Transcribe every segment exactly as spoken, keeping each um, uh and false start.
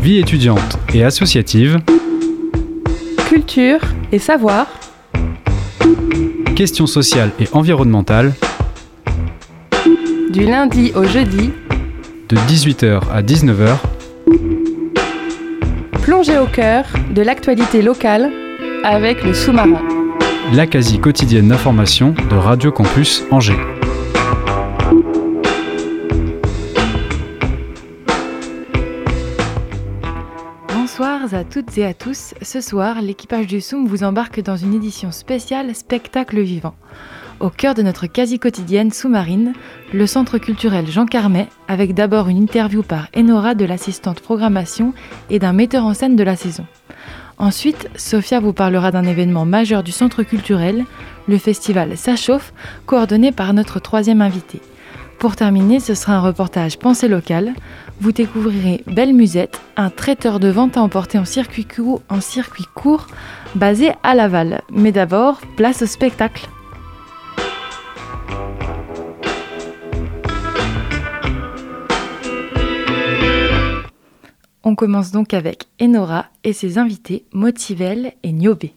Vie étudiante et associative. Culture et savoir. Questions sociales et environnementales. Du lundi au jeudi. De dix-huit heures à dix-neuf heures. Plongez au cœur de l'actualité locale avec le sous-marin. La quasi quotidienne d'information de Radio Campus Angers. Bonsoir à toutes et à tous. Ce soir, l'équipage du Soum vous embarque dans une édition spéciale spectacle vivant. Au cœur de notre quasi-quotidienne sous-marine, le centre culturel Jean Carmet, avec d'abord une interview par Enora de l'assistante programmation et d'un metteur en scène de la saison. Ensuite, Sophia vous parlera d'un événement majeur du centre culturel, le festival Ça chauffe, coordonné par notre troisième invité. Pour terminer, ce sera un reportage Pensée locale. Vous découvrirez Belle Musette, un traiteur de vente à emporter en circuit court, en circuit court basé à Laval. Mais d'abord, place au spectacle. On commence donc avec Enora et ses invités Motivel et Niobé.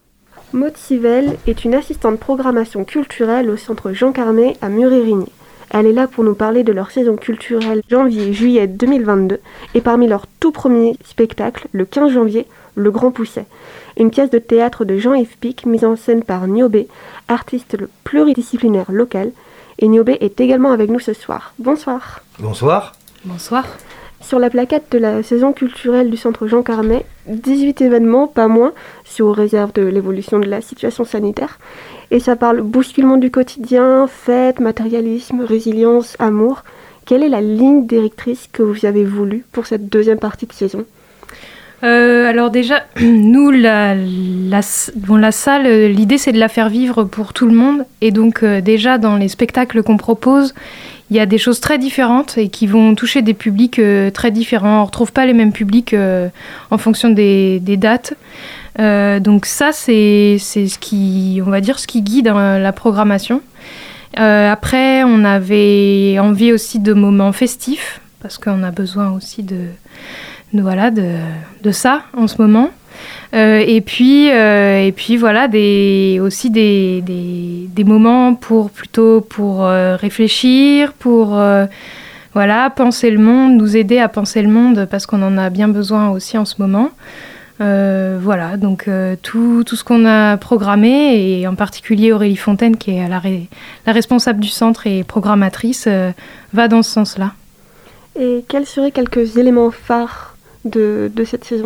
Motivel est une assistante programmation culturelle au centre Jean Carmet à Muret-Rigny. Elle est là pour nous parler de leur saison culturelle janvier-juillet deux mille vingt-deux et parmi leurs tout premiers spectacles, le quinze janvier, Le Grand Pousset, une pièce de théâtre de Jean-Yves Pic mise en scène par Niobé, artiste pluridisciplinaire local. Et Niobé est également avec nous ce soir. Bonsoir. Bonsoir. Bonsoir. Sur la plaquette de la saison culturelle du centre Jean Carmet, dix-huit événements, pas moins, sous réserve de l'évolution de la situation sanitaire. Et ça parle bousculement du quotidien, fête, matérialisme, résilience, amour. Quelle est la ligne directrice que vous avez voulu pour cette deuxième partie de saison ? Euh, alors déjà, nous, la, la, bon, la salle, l'idée c'est de la faire vivre pour tout le monde. Et donc euh, déjà dans les spectacles qu'on propose, il y a des choses très différentes et qui vont toucher des publics euh, très différents. On ne retrouve pas les mêmes publics euh, en fonction des, des dates. Euh, donc ça, c'est, c'est ce qui, on va dire, ce qui guide hein, la programmation. Euh, après, on avait envie aussi de moments festifs parce qu'on a besoin aussi de, de voilà, de, de ça en ce moment. Euh, et puis, euh, et puis voilà, des, aussi des, des, des moments pour plutôt pour euh, réfléchir, pour euh, voilà, penser le monde, nous aider à penser le monde parce qu'on en a bien besoin aussi en ce moment. Euh, voilà, donc euh, tout, tout ce qu'on a programmé, et en particulier Aurélie Fontaine, qui est la, ré, la responsable du centre et programmatrice, euh, va dans ce sens-là. Et quels seraient quelques éléments phares de, de cette saison ?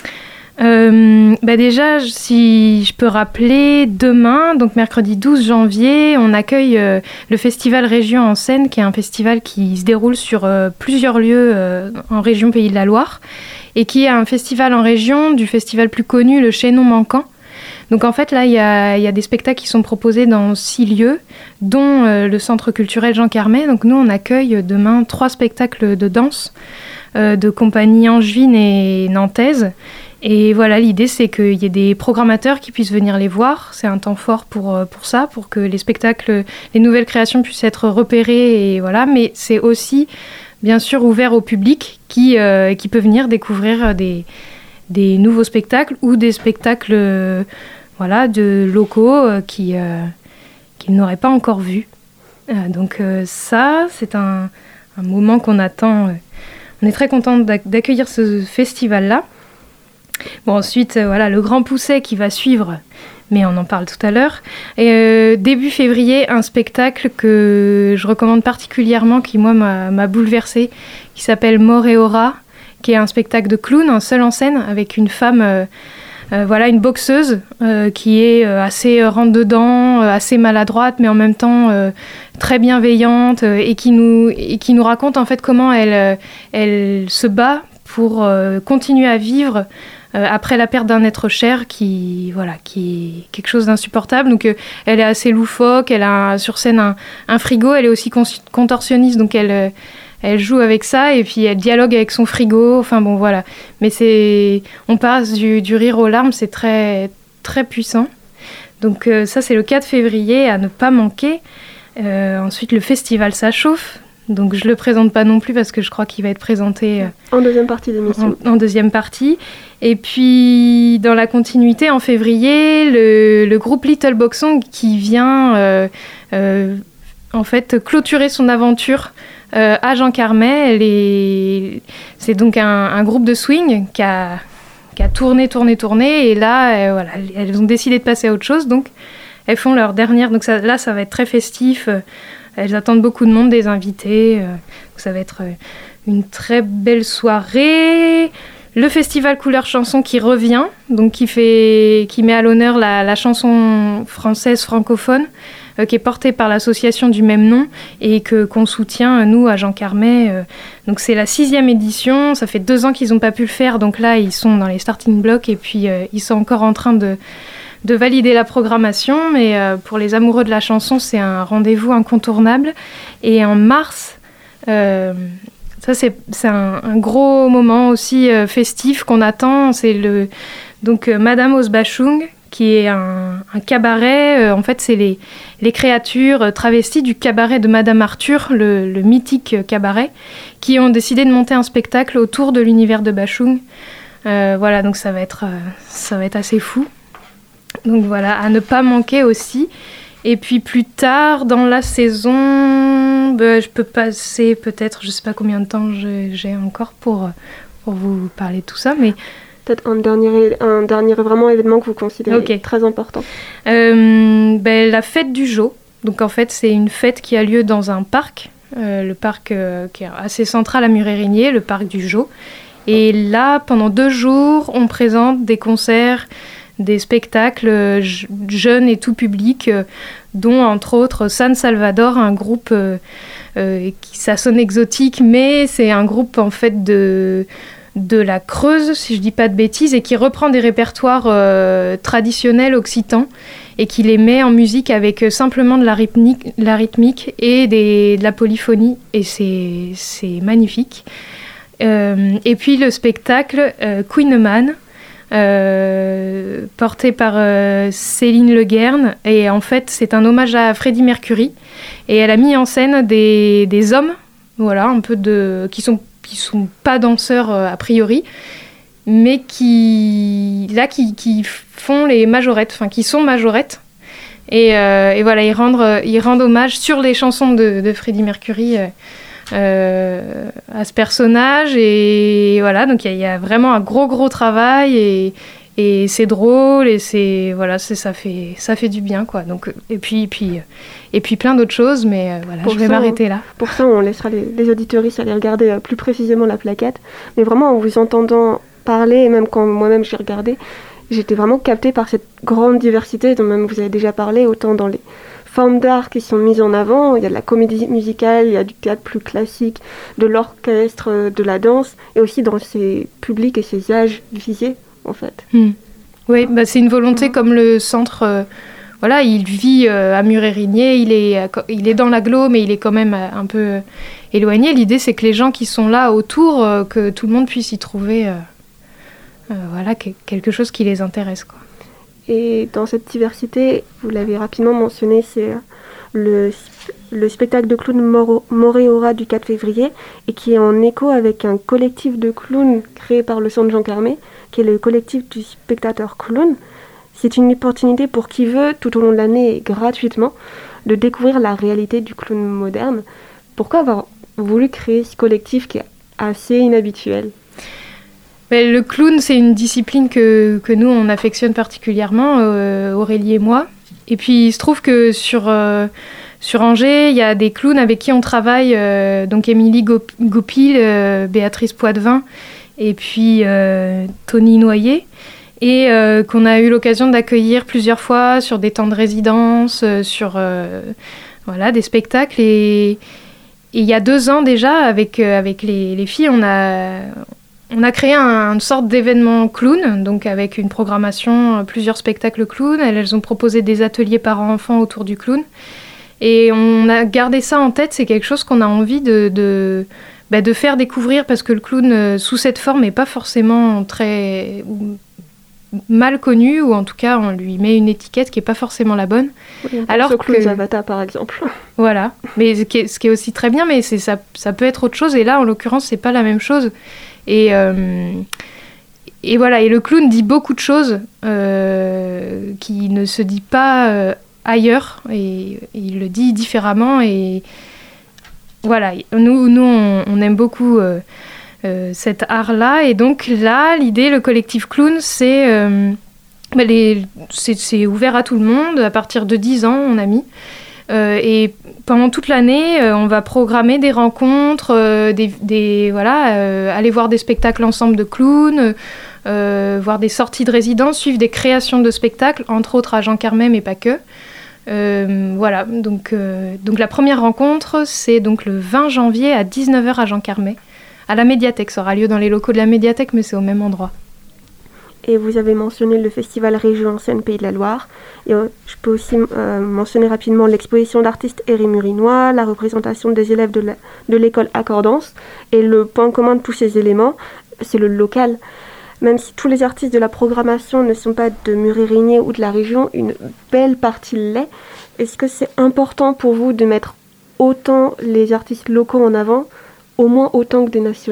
Euh, bah déjà, si je peux rappeler, demain, donc mercredi douze janvier, on accueille euh, le festival Région en scène, qui est un festival qui se déroule sur euh, plusieurs lieux euh, en région Pays de la Loire, et qui est un festival en région du festival plus connu, le Chaînon Manquant. Donc en fait, là, il y a, y a des spectacles qui sont proposés dans six lieux, dont euh, le centre culturel Jean Carmet. Donc nous, on accueille demain trois spectacles de danse euh, de compagnies angevines et nantaises. Et voilà, l'idée, c'est qu'il y ait des programmateurs qui puissent venir les voir. C'est un temps fort pour, pour ça, pour que les spectacles, les nouvelles créations puissent être repérées. Et voilà. Mais c'est aussi, bien sûr, ouvert au public qui, euh, qui peut venir découvrir des, des nouveaux spectacles ou des spectacles euh, voilà, de locaux euh, qui, euh, qu'ils n'auraient pas encore vus. Euh, donc euh, ça, c'est un, un moment qu'on attend. Euh, on est très content d'accueillir ce festival-là. Bon, ensuite, euh, voilà, le Grand Pousset qui va suivre, mais on en parle tout à l'heure. Et euh, début février, un spectacle que je recommande particulièrement, qui moi m'a, m'a bouleversée, qui s'appelle Mort et Aura, qui est un spectacle de clown, un seul en scène, avec une femme, euh, euh, voilà, une boxeuse, euh, qui est euh, assez rentre-dedans, euh, assez maladroite, mais en même temps euh, très bienveillante, euh, et, qui nous, et qui nous raconte en fait comment elle, euh, elle se bat pour euh, continuer à vivre Euh, après la perte d'un être cher qui, voilà, qui est quelque chose d'insupportable. Donc euh, elle est assez loufoque, elle a sur scène un, un frigo, elle est aussi con- contorsionniste, donc elle, euh, elle joue avec ça et puis elle dialogue avec son frigo, enfin bon voilà. Mais c'est, on passe du, du rire aux larmes, c'est très, très puissant. Donc euh, ça c'est le quatre février à ne pas manquer. Euh, ensuite le festival Ça chauffe, Donc je le présente pas non plus parce que je crois qu'il va être présenté euh, en deuxième partie d'émission. En, en deuxième partie. Et puis dans la continuité, en février, le, le groupe Little Boxong qui vient euh, euh, en fait clôturer son aventure euh, à Jean Carmet. Les... C'est donc un, un groupe de swing qui a, qui a tourné, tourné, tourné. Et là, euh, voilà, elles ont décidé de passer à autre chose. Donc elles font leur dernière. Donc ça, là, ça va être très festif. Elles attendent beaucoup de monde, des invités. Euh, ça va être euh, une très belle soirée. Le festival Couleur Chanson qui revient, donc qui, fait, qui met à l'honneur la, la chanson française francophone, euh, qui est portée par l'association du même nom et que, qu'on soutient, nous, à Jean Carmet. Euh, donc c'est la sixième édition, ça fait deux ans qu'ils n'ont pas pu le faire, donc là, ils sont dans les starting blocks et puis euh, ils sont encore en train de... de valider la programmation, mais euh, pour les amoureux de la chanson, c'est un rendez-vous incontournable. Et en mars, euh, ça c'est, c'est un, un gros moment aussi euh, festif qu'on attend. C'est le, donc euh, Madame Osbachung, qui est un, un cabaret. Euh, en fait, c'est les, les créatures travesties du cabaret de Madame Arthur, le, le mythique cabaret, qui ont décidé de monter un spectacle autour de l'univers de Bachung. Euh, voilà, donc ça va être, euh, ça va être assez fou. Donc voilà, à ne pas manquer aussi. Et puis plus tard, dans la saison, bah, je peux passer peut-être, je ne sais pas combien de temps j'ai, j'ai encore pour, pour vous parler de tout ça, mais... Peut-être un dernier, un dernier vraiment événement que vous considérez okay. très important. Euh, bah, la fête du Jo. Donc en fait, c'est une fête qui a lieu dans un parc, euh, le parc euh, qui est assez central à Muret-Rignier, le parc du Jo. Et là, pendant deux jours, on présente des concerts, des spectacles euh, jeunes et tout public, euh, dont entre autres San Salvador, un groupe euh, euh, qui ça sonne exotique, mais c'est un groupe en fait de, de la Creuse, si je dis pas de bêtises, et qui reprend des répertoires euh, traditionnels occitans et qui les met en musique avec simplement de la rythmique, la rythmique et des, de la polyphonie, et c'est, c'est magnifique. Euh, et puis le spectacle euh, Queenman, Euh, porté par euh, Céline Le Guern, et en fait c'est un hommage à Freddie Mercury, et elle a mis en scène des, des hommes, voilà, un peu de, qui sont qui sont pas danseurs euh, a priori, mais qui là qui, qui font les majorettes, enfin qui sont majorettes, et, euh, et voilà, ils rendent ils rendent hommage sur les chansons de, de Freddie Mercury euh, Euh, à ce personnage, et voilà, donc il y, y a vraiment un gros gros travail, et, et c'est drôle, et c'est voilà, c'est, ça fait ça fait du bien quoi. Donc et puis puis et puis plein d'autres choses, mais euh, voilà, pour je vais ça, m'arrêter là. Pour ça, on laissera les, les auditeuristes aller regarder euh, plus précisément la plaquette, mais vraiment en vous entendant parler, et même quand moi-même j'ai regardé, j'étais vraiment captée par cette grande diversité dont même vous avez déjà parlé, autant dans les formes d'art qui sont mises en avant. Il y a de la comédie musicale, il y a du théâtre plus classique, de l'orchestre, de la danse, et aussi dans ces publics et ces âges visés, en fait. Mmh. Oui, bah c'est une volonté mmh. comme le centre... Euh, voilà, il vit euh, à Muret-Rignier, il est, il est dans l'agglo, mais il est quand même un peu euh, éloigné. L'idée, c'est que les gens qui sont là autour, euh, que tout le monde puisse y trouver euh, euh, voilà, que, quelque chose qui les intéresse, quoi. Et dans cette diversité, vous l'avez rapidement mentionné, c'est le, le spectacle de clown Moréora du quatre février, et qui est en écho avec un collectif de clowns créé par le Centre Jean Carmet, qui est le collectif du spectateur clown. C'est une opportunité pour qui veut, tout au long de l'année et gratuitement, de découvrir la réalité du clown moderne. Pourquoi avoir voulu créer ce collectif qui est assez inhabituel ? Le clown, c'est une discipline que, que nous, on affectionne particulièrement, euh, Aurélie et moi. Et puis, il se trouve que sur, euh, sur Angers, il y a des clowns avec qui on travaille, euh, donc Émilie Goupil, euh, Béatrice Poitvin, et puis euh, Tony Noyer, et euh, qu'on a eu l'occasion d'accueillir plusieurs fois sur des temps de résidence, euh, sur euh, voilà, des spectacles. Et il y a deux ans déjà, avec, euh, avec les, les filles, on a... On a créé un, une sorte d'événement clown, donc avec une programmation, plusieurs spectacles clown. Elles, elles ont proposé des ateliers parents-enfants autour du clown. Et on a gardé ça en tête, c'est quelque chose qu'on a envie de, de, bah, de faire découvrir, parce que le clown, sous cette forme, n'est pas forcément très... mal connu, ou en tout cas on lui met une étiquette qui n'est pas forcément la bonne. Oui, alors ce que clown Zavata par exemple. Voilà, mais ce qui est, ce qui est aussi très bien, mais c'est, ça, ça peut être autre chose, et là en l'occurrence c'est pas la même chose. Et, euh, et voilà, et le clown dit beaucoup de choses euh, qui ne se dit pas euh, ailleurs, et, et il le dit différemment, et voilà, nous, nous on, on aime beaucoup euh, euh, cet art-là, et donc là, l'idée, le collectif clown, c'est, euh, bah les, c'est, c'est ouvert à tout le monde, à partir de dix ans, on a mis, euh, et pendant toute l'année, euh, on va programmer des rencontres, euh, des, des, voilà, euh, aller voir des spectacles ensemble de clowns, euh, voir des sorties de résidence, suivre des créations de spectacles, entre autres à Jean Carmet, mais pas que. Euh, voilà, donc, euh, donc la première rencontre, c'est donc le vingt janvier à dix-neuf heures à Jean Carmet, à la médiathèque. Ça aura lieu dans les locaux de la médiathèque, mais c'est au même endroit. Et vous avez mentionné le festival Région en Seine Pays de la Loire. Et euh, je peux aussi euh, mentionner rapidement l'exposition d'artistes héry-murinois, la représentation des élèves de, la, de l'école Accordance. Et le point commun de tous ces éléments, c'est le local. Même si tous les artistes de la programmation ne sont pas de Muret-Régnier ou de la région, une belle partie l'est. Est-ce que c'est important pour vous de mettre autant les artistes locaux en avant, au moins autant que des nationaux ?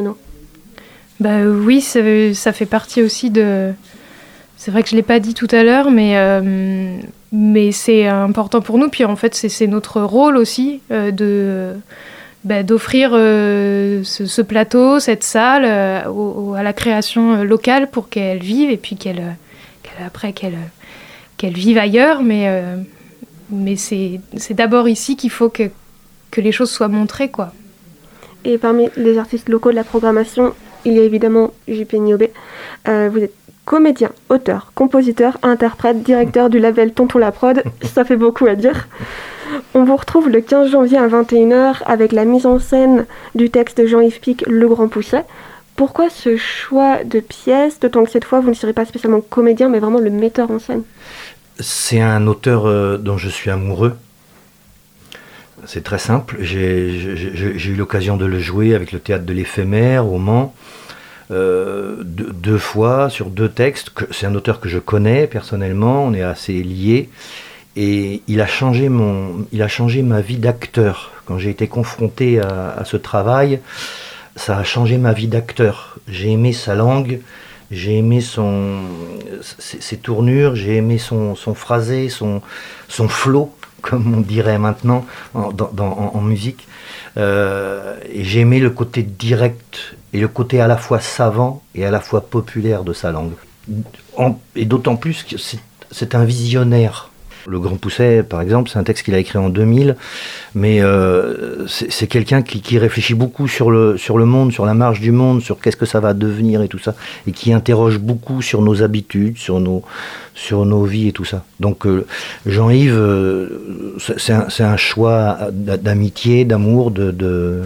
Bah oui, ça, ça fait partie aussi de... C'est vrai que je ne l'ai pas dit tout à l'heure, mais, euh, mais c'est important pour nous. Puis en fait, c'est, c'est notre rôle aussi euh, de, bah, d'offrir euh, ce, ce plateau, cette salle euh, au, à la création locale pour qu'elle vive et puis qu'elle, qu'elle, après qu'elle, qu'elle vive ailleurs. Mais, euh, mais c'est, c'est d'abord ici qu'il faut que, que les choses soient montrées, quoi. Et parmi les artistes locaux de la programmation, il y a évidemment J P Niobé. Euh, vous êtes comédien, auteur, compositeur, interprète, directeur du label Tonton la Prod. Ça fait beaucoup à dire. On vous retrouve le quinze janvier à vingt et une heures avec la mise en scène du texte de Jean-Yves Pic, Le Grand Pousset. Pourquoi ce choix de pièce, d'autant que cette fois vous ne serez pas spécialement comédien, mais vraiment le metteur en scène ? C'est un auteur euh, dont je suis amoureux. C'est très simple, j'ai, j'ai, j'ai eu l'occasion de le jouer avec le Théâtre de l'Éphémère au Mans, euh, deux, deux fois sur deux textes. Que, c'est un auteur que je connais personnellement, on est assez liés, et il a changé, mon, il a changé ma vie d'acteur. Quand j'ai été confronté à, à ce travail, ça a changé ma vie d'acteur. J'ai aimé sa langue, j'ai aimé son, ses, ses tournures, j'ai aimé son, son phrasé, son, son flow, comme on dirait maintenant en, dans, en, en musique. Euh, et j'ai aimé le côté direct et le côté à la fois savant et à la fois populaire de sa langue. En, et d'autant plus que c'est, c'est un visionnaire. Le Grand Pousset, par exemple, c'est un texte qu'il a écrit en deux mille, mais euh, c'est, c'est quelqu'un qui, qui réfléchit beaucoup sur le, sur le monde, sur la marche du monde, sur qu'est-ce que ça va devenir et tout ça, et qui interroge beaucoup sur nos habitudes, sur nos, sur nos vies et tout ça. Donc euh, Jean-Yves, euh, c'est, un, c'est un choix d'amitié, d'amour, de, de,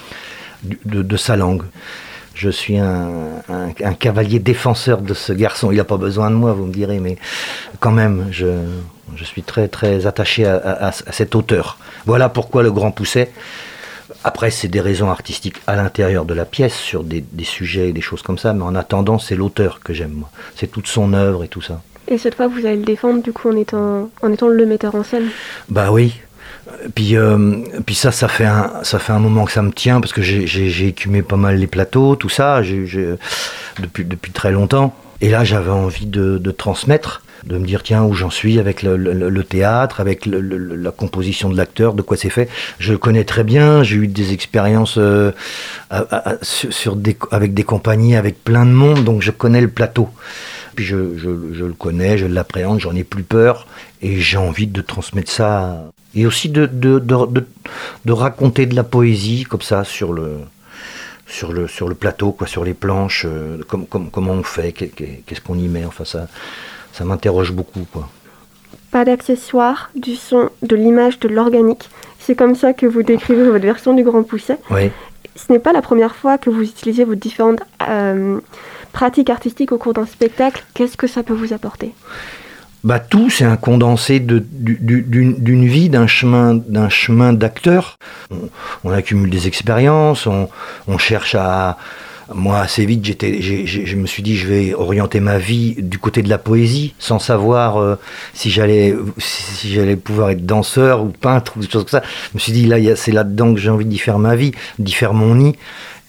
de, de sa langue. Je suis un, un, un cavalier défenseur de ce garçon. Il n'a pas besoin de moi, vous me direz, mais quand même, je, je suis très, très attaché à, à, à cet auteur. Voilà pourquoi Le Grand Pousset. Après, c'est des raisons artistiques à l'intérieur de la pièce, sur des, des sujets et des choses comme ça, mais en attendant, c'est l'auteur que j'aime, moi. C'est toute son œuvre et tout ça. Et cette fois, vous allez le défendre, du coup, en étant, en étant le metteur en scène ? Bah oui. Puis, euh, puis ça, ça fait, un, ça fait un moment que ça me tient, parce que j'ai, j'ai, j'ai écumé pas mal les plateaux, tout ça, j'ai, j'ai, depuis, depuis très longtemps. Et là, j'avais envie de, de transmettre, de me dire, tiens, où j'en suis avec le, le, le théâtre, avec le, le, la composition de l'acteur, de quoi c'est fait. Je le connais très bien, j'ai eu des expériences euh, à, à, sur, sur des, avec des compagnies, avec plein de monde, donc je connais le plateau. Puis je, je, je le connais, je l'appréhende, j'en ai plus peur, et j'ai envie de transmettre ça. Et aussi de, de, de, de, de raconter de la poésie, comme ça, sur le, sur le, sur le plateau, quoi, sur les planches, euh, comme, comme, comment on fait, qu'est-ce qu'on y met, enfin ça, ça m'interroge beaucoup, quoi. Pas d'accessoires, du son, de l'image, de l'organique. C'est comme ça que vous décrivez votre version du Grand Pousset. Oui. Ce n'est pas la première fois que vous utilisez vos différentes euh, pratiques artistiques au cours d'un spectacle. Qu'est-ce que ça peut vous apporter ? Bah, tout, c'est un condensé de, du, d'une, d'une vie, d'un chemin, d'un chemin d'acteur. On, on accumule des expériences, on, on cherche à, Moi, assez vite, j'étais, j'ai, j'ai, je me suis dit, je vais orienter ma vie du côté de la poésie, sans savoir euh, si j'allais, si j'allais pouvoir être danseur ou peintre ou des choses comme ça. Je me suis dit, là, y a, c'est là-dedans que j'ai envie d'y faire ma vie, d'y faire mon nid.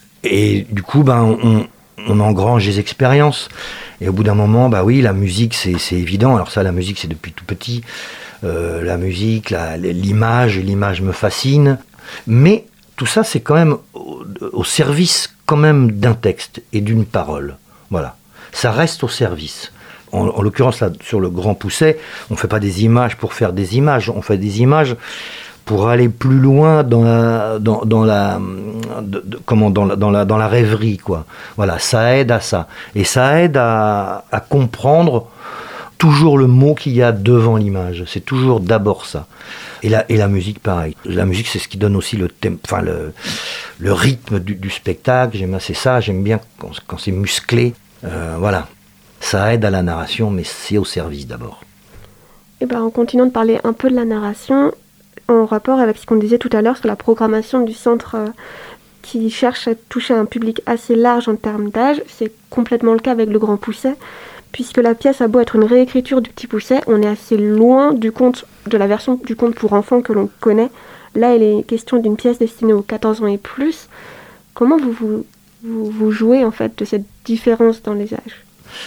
Et du coup, ben, on, on engrange des expériences. Et au bout d'un moment, bah oui, la musique, c'est, c'est évident. Alors ça, la musique, c'est depuis tout petit. Euh, la musique, la, l'image, l'image me fascine. Mais tout ça, c'est quand même au, au service quand même d'un texte et d'une parole. Voilà. Ça reste au service. En, en l'occurrence, là, sur le Grand Pousset, on ne fait pas des images pour faire des images. On fait des images pour aller plus loin dans la, dans, dans la, de, de, comment, dans la, dans la, dans la rêverie, quoi. Voilà, ça aide à ça. Et ça aide à, à comprendre toujours le mot qu'il y a devant l'image. C'est toujours d'abord ça. Et la, et la musique, pareil. La musique, c'est ce qui donne aussi le, thème, enfin, le, le rythme du, du spectacle. J'aime assez ça. J'aime bien quand, quand c'est musclé. Euh, voilà. Ça aide à la narration, mais c'est au service d'abord. Et ben, en continuant de parler un peu de la narration, en rapport avec ce qu'on disait tout à l'heure sur la programmation du centre euh, qui cherche à toucher un public assez large en termes d'âge, c'est complètement le cas avec le Grand Pousset. Puisque la pièce a beau être une réécriture du Petit Pousset, on est assez loin du conte, de la version du conte pour enfants que l'on connaît. Là, il est question d'une pièce destinée aux quatorze ans et plus. Comment vous vous, vous, vous jouez en fait de cette différence dans les âges ?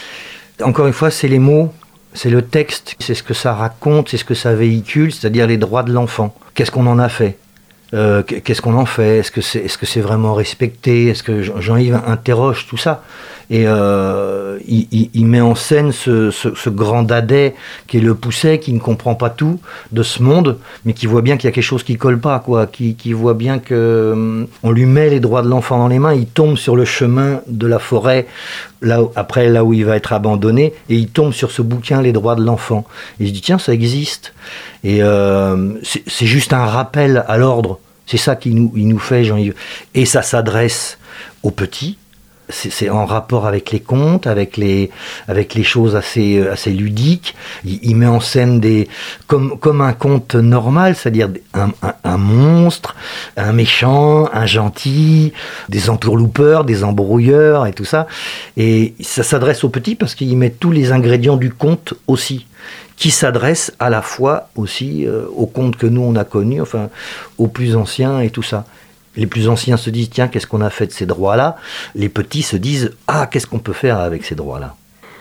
Encore une fois, c'est les mots, c'est le texte, c'est ce que ça raconte, c'est ce que ça véhicule, c'est-à-dire les droits de l'enfant. Qu'est-ce qu'on en a fait ? Euh, qu'est-ce qu'on en fait ? Est-ce que c'est, est-ce que c'est vraiment respecté ? Est-ce que Jean-Yves interroge tout ça ? Et euh, il, il, il met en scène ce, ce, ce grand dadais qui est le Pousset, qui ne comprend pas tout de ce monde, mais qui voit bien qu'il y a quelque chose qui colle pas, quoi. Qui, qui voit bien que hum, on lui met les droits de l'enfant dans les mains, il tombe sur le chemin de la forêt, là où, après là où il va être abandonné, et il tombe sur ce bouquin, Les droits de l'enfant. Et je dis tiens, ça existe. Et euh, c'est, c'est juste un rappel à l'ordre. C'est ça qu'il nous, il nous fait, Jean-Yves. Et ça s'adresse aux petits. C'est, c'est en rapport avec les contes, avec les, avec les choses assez, assez ludiques. Il, il met en scène des, comme, comme un conte normal, c'est-à-dire un, un, un monstre, un méchant, un gentil, des entourloupeurs, des embrouilleurs et tout ça. Et ça s'adresse aux petits parce qu'il met tous les ingrédients du conte aussi, qui s'adresse à la fois aussi euh, aux contes que nous on a connus, enfin aux plus anciens et tout ça. Les plus anciens se disent tiens, qu'est-ce qu'on a fait de ces droits-là ? Les petits se disent ah, qu'est-ce qu'on peut faire avec ces droits-là ?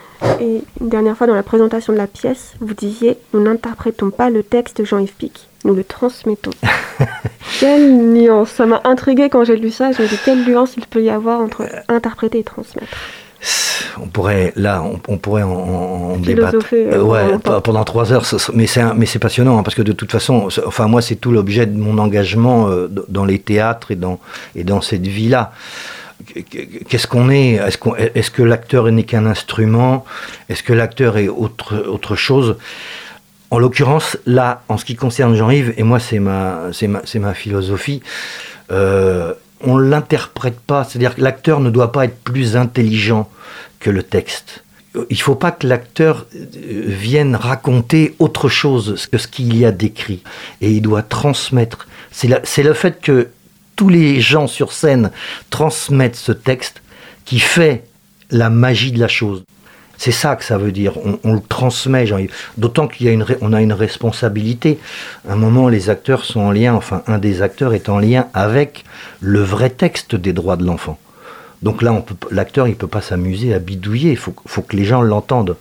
Et une dernière fois dans la présentation de la pièce, vous disiez nous n'interprétons pas le texte de Jean-Yves Pic, nous le transmettons. Quelle nuance ! Ça m'a intriguée quand j'ai lu ça. Je me dis quelle nuance il peut y avoir entre interpréter et transmettre. On pourrait, là, on, on pourrait en, en débattre euh, ouais, pendant trois heures, mais c'est, un, mais c'est passionnant, hein, parce que de toute façon, enfin, moi, c'est tout l'objet de mon engagement euh, dans les théâtres et dans, et dans cette vie-là. Qu'est-ce qu'on est ? Est-ce, qu'on, est-ce que l'acteur n'est qu'un instrument ? Est-ce que l'acteur est autre, autre chose ? En l'occurrence, là, en ce qui concerne Jean-Yves, et moi, c'est ma, c'est ma, c'est ma philosophie, euh, on ne l'interprète pas, c'est-à-dire que l'acteur ne doit pas être plus intelligent que le texte. Il ne faut pas que l'acteur vienne raconter autre chose que ce qu'il y a décrit. Et il doit transmettre. C'est, la, c'est le fait que tous les gens sur scène transmettent ce texte qui fait la magie de la chose. C'est ça que ça veut dire, on, on le transmet, Jean-Yves. D'autant qu'il y a une, on a une responsabilité. À un moment, les acteurs sont en lien, enfin un des acteurs est en lien avec le vrai texte des droits de l'enfant. Donc là, on peut, l'acteur, il ne peut pas s'amuser à bidouiller, il faut, faut que les gens l'entendent.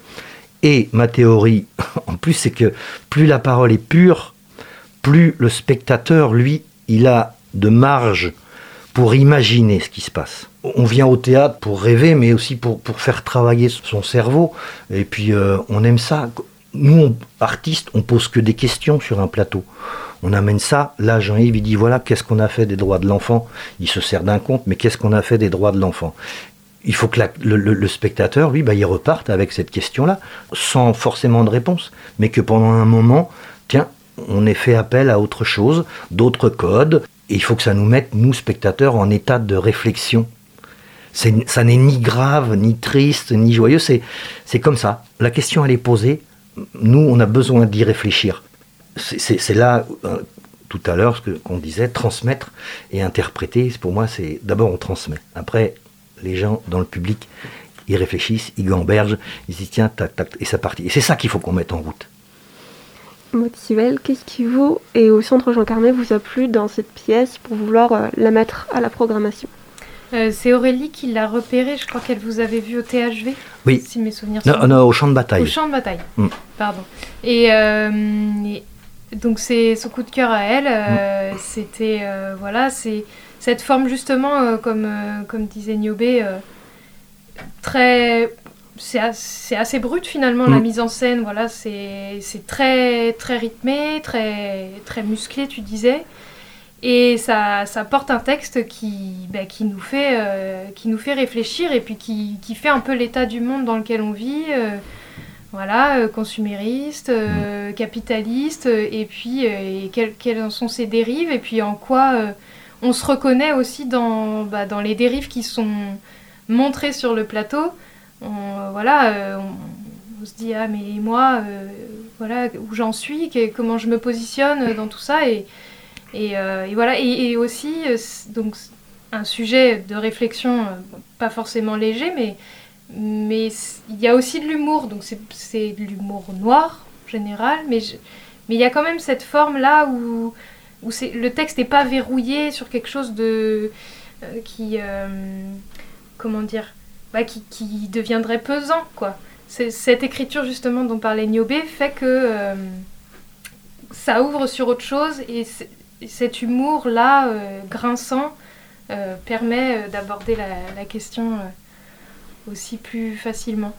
Et ma théorie, en plus, c'est que plus la parole est pure, plus le spectateur, lui, il a de marge pour imaginer ce qui se passe. On vient au théâtre pour rêver, mais aussi pour, pour faire travailler son cerveau. Et puis, euh, on aime ça. Nous, on, artistes, on pose que des questions sur un plateau. On amène ça. Là, Jean-Yves, il dit, voilà, qu'est-ce qu'on a fait des droits de l'enfant ? Il se sert d'un conte, mais qu'est-ce qu'on a fait des droits de l'enfant ? Il faut que la, le, le, le spectateur, lui, bah, il reparte avec cette question-là, sans forcément de réponse. Mais que pendant un moment, tiens, on ait fait appel à autre chose, d'autres codes. Et il faut que ça nous mette, nous, spectateurs, en état de réflexion. C'est, ça n'est ni grave, ni triste, ni joyeux, c'est, c'est comme ça. La question, elle est posée. Nous, on a besoin d'y réfléchir. C'est, c'est, c'est là, euh, tout à l'heure, ce que, qu'on disait, transmettre et interpréter. Pour moi, c'est d'abord, on transmet. Après, les gens dans le public, ils réfléchissent, ils gambergent, ils se disent tiens, tac, tac, et ça partit. Et c'est ça qu'il faut qu'on mette en route. Maud Civelle, qu'est-ce qui vous et au Centre Jean Carmet vous a plu dans cette pièce pour vouloir euh, la mettre à la programmation? euh, C'est Aurélie qui l'a repérée, je crois qu'elle vous avait vu au T H V. Oui. Si mes souvenirs non, sont non, au champ de bataille. Au champ de bataille, mm. pardon. Et, euh, et donc c'est son coup de cœur à elle, euh, mm. c'était, euh, voilà, c'est cette forme justement, euh, comme, euh, comme disait Niobé, euh, très... C'est assez, assez brut finalement, mmh. la mise en scène, voilà, c'est, c'est très, très rythmé, très, très musclé, tu disais. Et ça, ça porte un texte qui, bah, qui, nous fait, euh, qui nous fait réfléchir et puis qui, qui fait un peu l'état du monde dans lequel on vit, euh, voilà, euh, consumériste, euh, capitaliste, et puis euh, et quelles, quelles en sont ses dérives, et puis en quoi euh, on se reconnaît aussi dans, bah, dans les dérives qui sont montrées sur le plateau. On, voilà, euh, on, on se dit ah mais moi, euh, voilà où j'en suis, que, comment je me positionne dans tout ça et et, euh, et voilà et, et aussi euh, donc un sujet de réflexion euh, pas forcément léger mais mais il y a aussi de l'humour donc c'est c'est de l'humour noir en général mais je, mais il y a quand même cette forme là où où c'est le texte n'est pas verrouillé sur quelque chose de euh, qui euh, comment dire Bah, qui, qui deviendrait pesant, quoi. C'est, cette écriture, justement, dont parlait Niobé, fait que euh, ça ouvre sur autre chose, et, et cet humour-là, euh, grinçant, euh, permet euh, d'aborder la, la question euh, aussi plus facilement.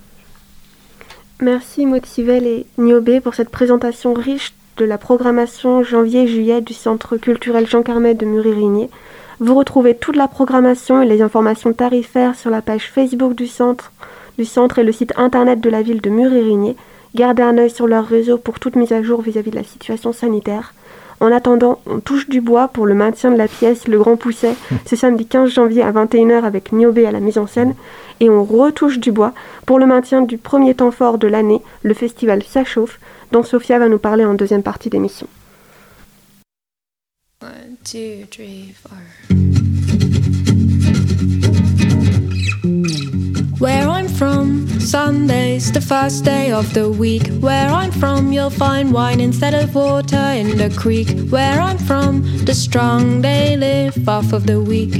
Merci Maud Civelle et Niobé pour cette présentation riche de la programmation janvier-juillet du Centre culturel Jean Carmet de Muret-Rigné. Vous retrouvez toute la programmation et les informations tarifaires sur la page Facebook du centre, du centre et le site internet de la ville de Muret-Rigné. Gardez un œil sur leur réseau pour toute mise à jour vis-à-vis de la situation sanitaire. En attendant, on touche du bois pour le maintien de la pièce Le Grand Pousset ce samedi quinze janvier à vingt et une heures avec Niobé à la mise en scène. Et on retouche du bois pour le maintien du premier temps fort de l'année, le festival Ça Chauffe, dont Sophia va nous parler en deuxième partie d'émission. One, two, three, four. Where I'm from, Sunday's the first day of the week. Where I'm from, you'll find wine instead of water in the creek. Where I'm from, the strong they live off of the weak.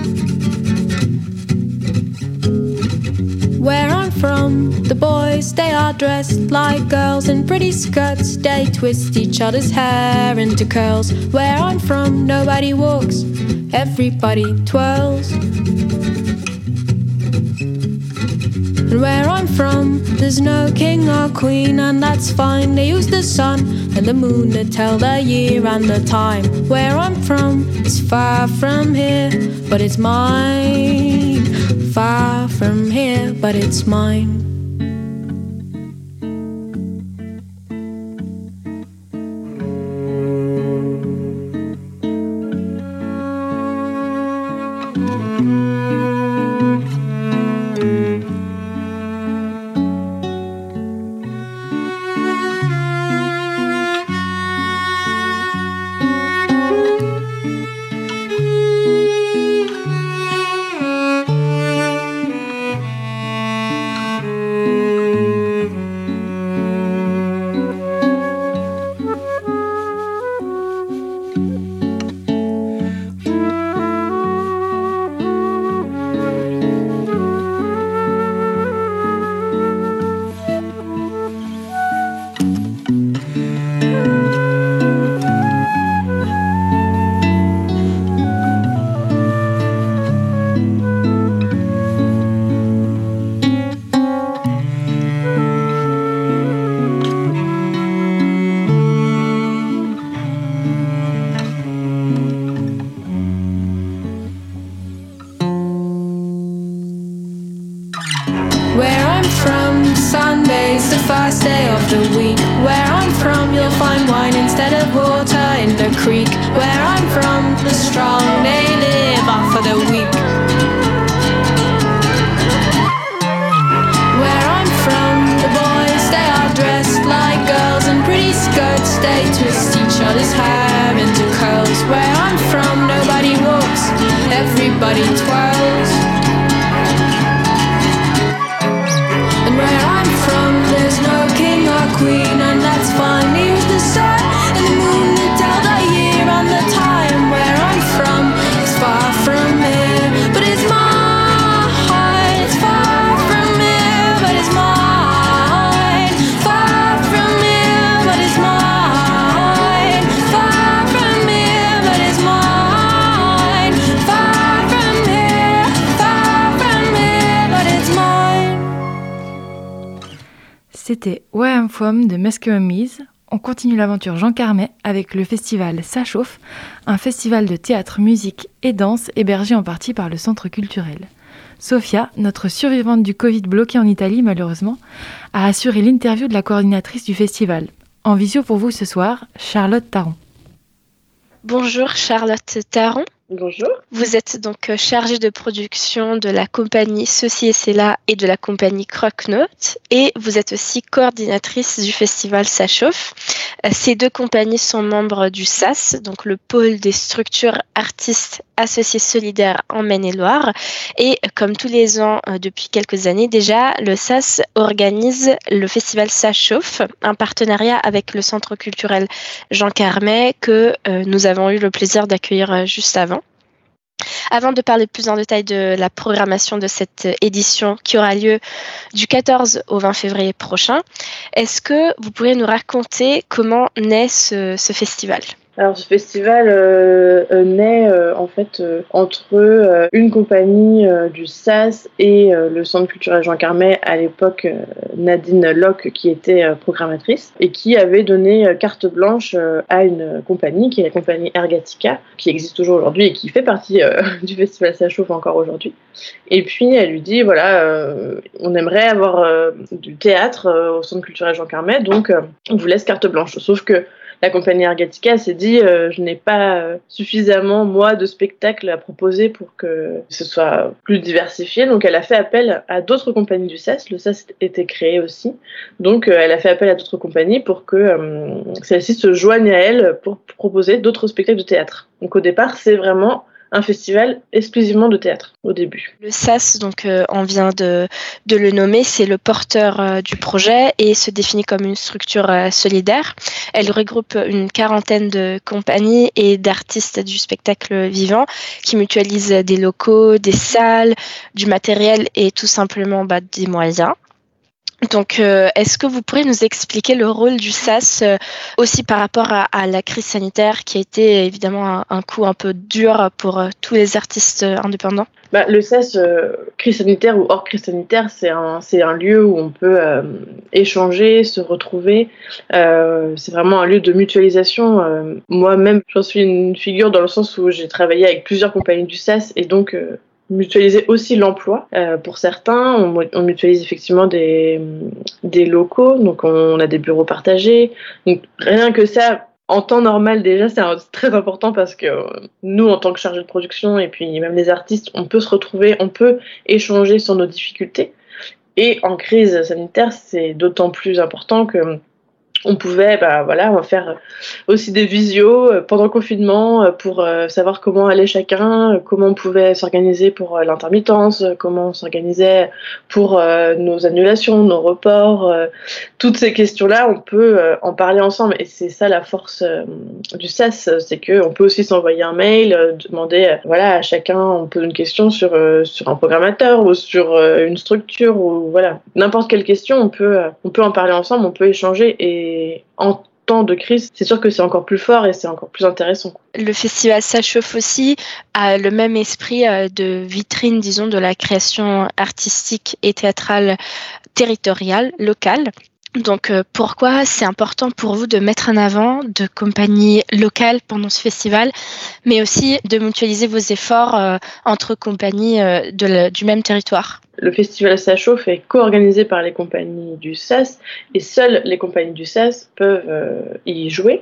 Where I'm from, the boys, they are dressed like girls in pretty skirts. They twist each other's hair into curls. Where I'm from, nobody walks, everybody twirls. And where I'm from, there's no king or queen, and that's fine. They use the sun and the moon to tell the year and the time. Where I'm from is far from here, but it's mine. Far from here, but it's mine. First day of the week. Where I'm from, you'll find wine instead of water in the creek. Where I'm from, the strong, they live off of the weak. Where I'm from, the boys, they are dressed like girls in pretty skirts. They twist each other's hair into curls. Where I'm from, nobody walks, everybody twirls. C'était Where I'm From de Mescaromise. On continue l'aventure Jean Carmet avec le festival Ça chauffe, un festival de théâtre, musique et danse hébergé en partie par le Centre culturel. Sophia, notre survivante du Covid bloquée en Italie malheureusement, a assuré l'interview de la coordinatrice du festival. En visio pour vous ce soir, Charlotte Taron. Bonjour Charlotte Taron. Bonjour. Vous êtes donc chargée de production de la compagnie Ceci et Cela et de la compagnie Croque-Note et vous êtes aussi coordinatrice du festival Ça chauffe. Ces deux compagnies sont membres du S A S, donc le pôle des structures artistes associées solidaires en Maine-et-Loire. Et comme tous les ans depuis quelques années déjà, le S A S organise le festival Ça chauffe, un partenariat avec le Centre culturel Jean Carmet que nous avons eu le plaisir d'accueillir juste avant. Avant de parler plus en détail de la programmation de cette édition qui aura lieu du quatorze au vingt février prochain, est-ce que vous pourriez nous raconter comment naît ce, ce festival ? Alors ce festival euh, euh, naît euh, en fait euh, entre euh, une compagnie euh, du S A S et euh, le Centre culturel Jean Carmet, à l'époque euh, Nadine Locke qui était euh, programmatrice et qui avait donné euh, carte blanche euh, à une compagnie qui est la compagnie Ergatica, qui existe toujours aujourd'hui et qui fait partie euh, du festival Ça chauffe encore aujourd'hui. Et puis elle lui dit voilà euh, on aimerait avoir euh, du théâtre euh, au Centre culturel Jean Carmet, donc euh, on vous laisse carte blanche. Sauf que la compagnie Ergatica s'est dit euh, je n'ai pas euh, suffisamment moi de spectacles à proposer pour que ce soit plus diversifié, donc elle a fait appel à d'autres compagnies du S A S. Le S A S était créé aussi, donc euh, elle a fait appel à d'autres compagnies pour que euh, celles-ci se joignent à elle pour proposer d'autres spectacles de théâtre. Donc au départ c'est vraiment un festival exclusivement de théâtre au début. Le S A S, donc euh, on vient de, de le nommer, c'est le porteur euh, du projet et se définit comme une structure euh, solidaire. Elle regroupe une quarantaine de compagnies et d'artistes du spectacle vivant qui mutualisent des locaux, des salles, du matériel et tout simplement bah, des moyens. Donc, euh, est-ce que vous pourriez nous expliquer le rôle du S A S euh, aussi par rapport à, à la crise sanitaire qui a été évidemment un, un coup un peu dur pour euh, tous les artistes euh, indépendants ? Bah, le S A S, euh, crise sanitaire ou hors crise sanitaire, c'est un, c'est un lieu où on peut euh, échanger, se retrouver. Euh, c'est vraiment un lieu de mutualisation. Euh, moi-même, j'en suis une figure dans le sens où j'ai travaillé avec plusieurs compagnies du S A S et donc... Euh, mutualiser aussi l'emploi. Euh, pour certains, on, on mutualise effectivement des, des locaux, donc on a des bureaux partagés. Donc rien que ça, en temps normal déjà, c'est, un, c'est très important parce que euh, nous, en tant que chargés de production et puis même les artistes, on peut se retrouver, on peut échanger sur nos difficultés. Et en crise sanitaire, c'est d'autant plus important que on pouvait bah, voilà, on va faire aussi des visios pendant le confinement pour euh, savoir comment allait chacun, comment on pouvait s'organiser pour euh, l'intermittence, comment on s'organisait pour euh, nos annulations, nos reports. Euh, toutes ces questions-là, on peut euh, en parler ensemble. Et c'est ça la force euh, du S A S, c'est qu'on peut aussi s'envoyer un mail, euh, demander euh, voilà, à chacun, on pose une question sur, euh, sur un programmateur ou sur euh, une structure, ou voilà, n'importe quelle question, on peut, euh, on peut en parler ensemble, on peut échanger. Et Et en temps de crise, c'est sûr que c'est encore plus fort et c'est encore plus intéressant. Le festival Ça chauffe aussi a le même esprit de vitrine, disons, de la création artistique et théâtrale territoriale, locale. Donc euh, pourquoi c'est important pour vous de mettre en avant de compagnies locales pendant ce festival, mais aussi de mutualiser vos efforts euh, entre compagnies euh, de la, du même territoire ? Le festival Ça chauffe est co-organisé par les compagnies du S A S et seules les compagnies du S A S peuvent euh, y jouer.